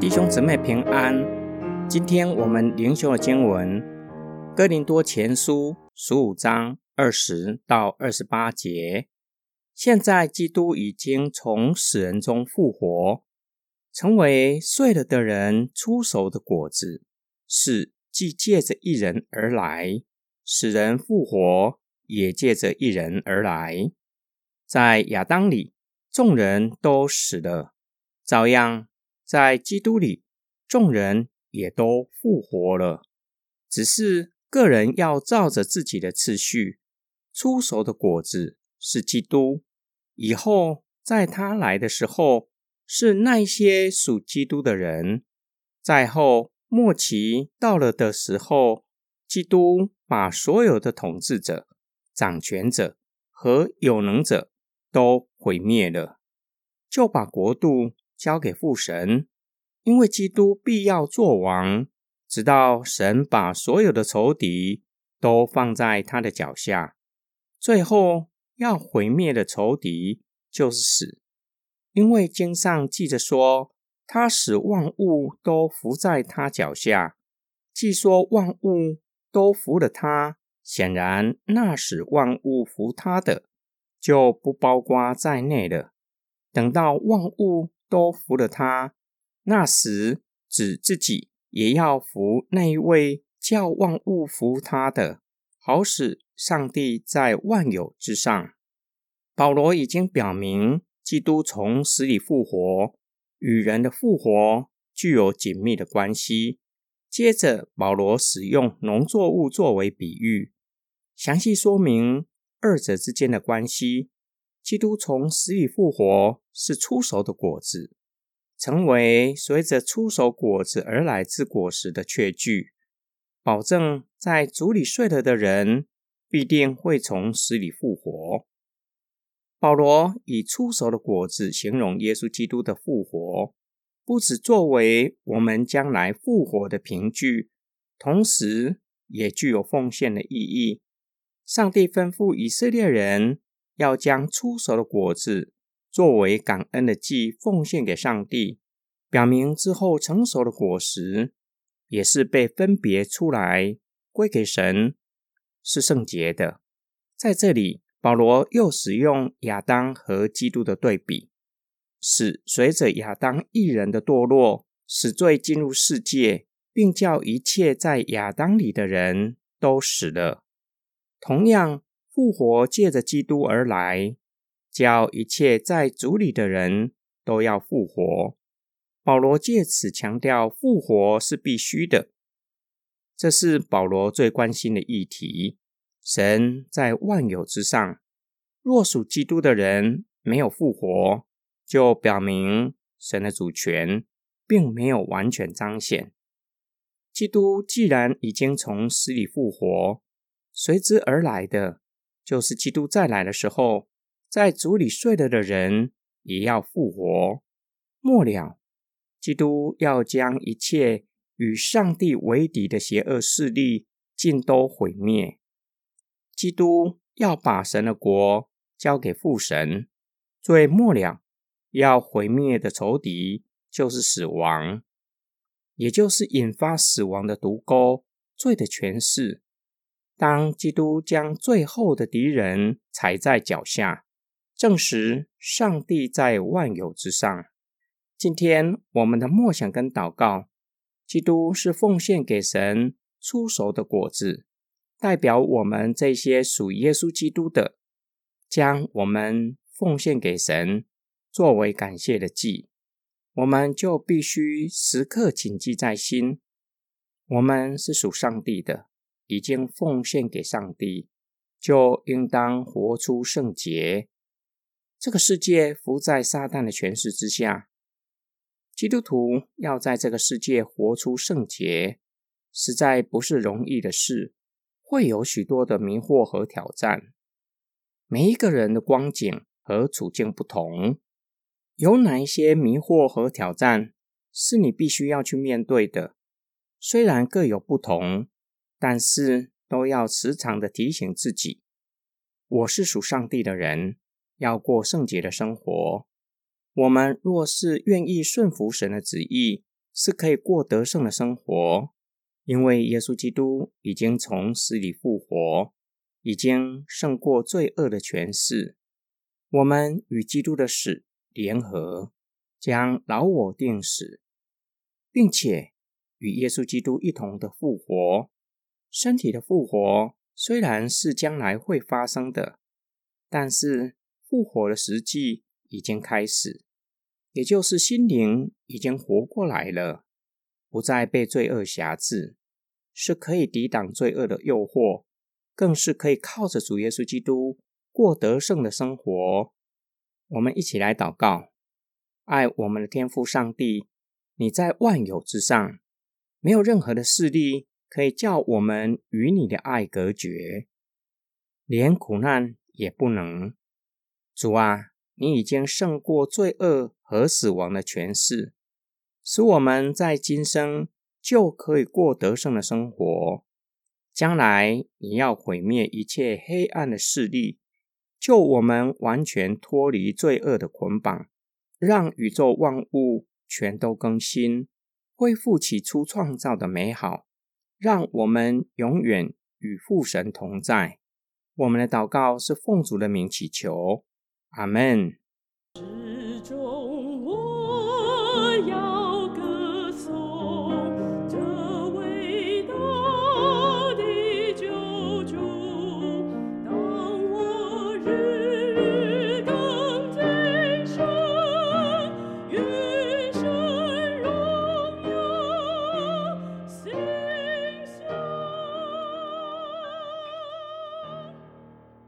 弟兄姊妹平安。今天我们灵修的经文哥林多前书15章20到28节。现在基督已经从死人中复活，成为睡了的人出熟的果子，是既借着一人而来，使人复活，也借着一人而来。在亚当里，众人都死了，照样在基督里，众人也都复活了，只是个人要照着自己的次序。出熟的果子是基督，以后在他来的时候，是那些属基督的人。在后末期到了的时候，基督把所有的统治者、掌权者和有能者都毁灭了，就把国度交给父神。因为基督必要作王，直到神把所有的仇敌都放在他的脚下。最后要毁灭的仇敌就是死，因为经上记着说，他使万物都伏在他脚下。既说万物都服了他，显然那使万物服他的，就不包括在内了。等到万物都服了他，那时指自己也要服那一位叫万物服他的，好使上帝在万有之上。保罗已经表明，基督从死里复活，与人的复活具有紧密的关系。接着保罗使用农作物作为比喻，详细说明二者之间的关系。基督从死里复活是出熟的果子，成为随着出熟果子而来之果实的确据，保证在主里睡了的人必定会从死里复活。保罗以出熟的果子形容耶稣基督的复活，不只作为我们将来复活的凭据，同时也具有奉献的意义。上帝吩咐以色列人要将出熟的果子作为感恩的祭奉献给上帝，表明之后成熟的果实也是被分别出来归给神，是圣洁的。在这里保罗又使用亚当和基督的对比，使随着亚当一人的堕落，使罪进入世界，并叫一切在亚当里的人都死了。同样，复活借着基督而来，叫一切在主里的人都要复活。保罗借此强调复活是必须的，这是保罗最关心的议题。神在万有之上，若属基督的人没有复活，就表明神的主权并没有完全彰显。基督既然已经从死里复活，随之而来的就是基督再来的时候，在主里睡了的人也要复活。末了，基督要将一切与上帝为敌的邪恶势力尽都毁灭。基督要把神的国交给父神，最末了要毁灭的仇敌就是死亡，也就是引发死亡的毒钩，罪的权势。当基督将最后的敌人踩在脚下，证实上帝在万有之上。今天我们的默想跟祷告，基督是奉献给神出熟的果子，代表我们这些属耶稣基督的，将我们奉献给神，作为感谢的祭。我们就必须时刻谨记在心，我们是属上帝的，已经奉献给上帝，就应当活出圣洁。这个世界伏在撒旦的权势之下，基督徒要在这个世界活出圣洁，实在不是容易的事，会有许多的迷惑和挑战。每一个人的光景和处境不同，有哪一些迷惑和挑战是你必须要去面对的？虽然各有不同，但是都要时常的提醒自己，我是属上帝的人，要过圣洁的生活。我们若是愿意顺服神的旨意， 是可以过得胜的生活，因为耶稣基督已经从死里复活，已经胜过罪恶的权势。我们与基督的死联合，将老我钉死，并且与耶稣基督一同的复活。身体的复活虽然是将来会发生的，但是复活的实际已经开始，也就是心灵已经活过来了，不再被罪恶辖制，是可以抵挡罪恶的诱惑，更是可以靠着主耶稣基督过得胜的生活。我们一起来祷告。爱我们的天父上帝，你在万有之上，没有任何的势力可以叫我们与你的爱隔绝，连苦难也不能。主啊，你已经胜过罪恶和死亡的权势，使我们在今生就可以过得胜的生活。将来你要毁灭一切黑暗的势力，救我们完全脱离罪恶的捆绑，让宇宙万物全都更新，恢复起初创造的美好，让我们永远与父神同在。我们的祷告是奉主的名祈求，阿们。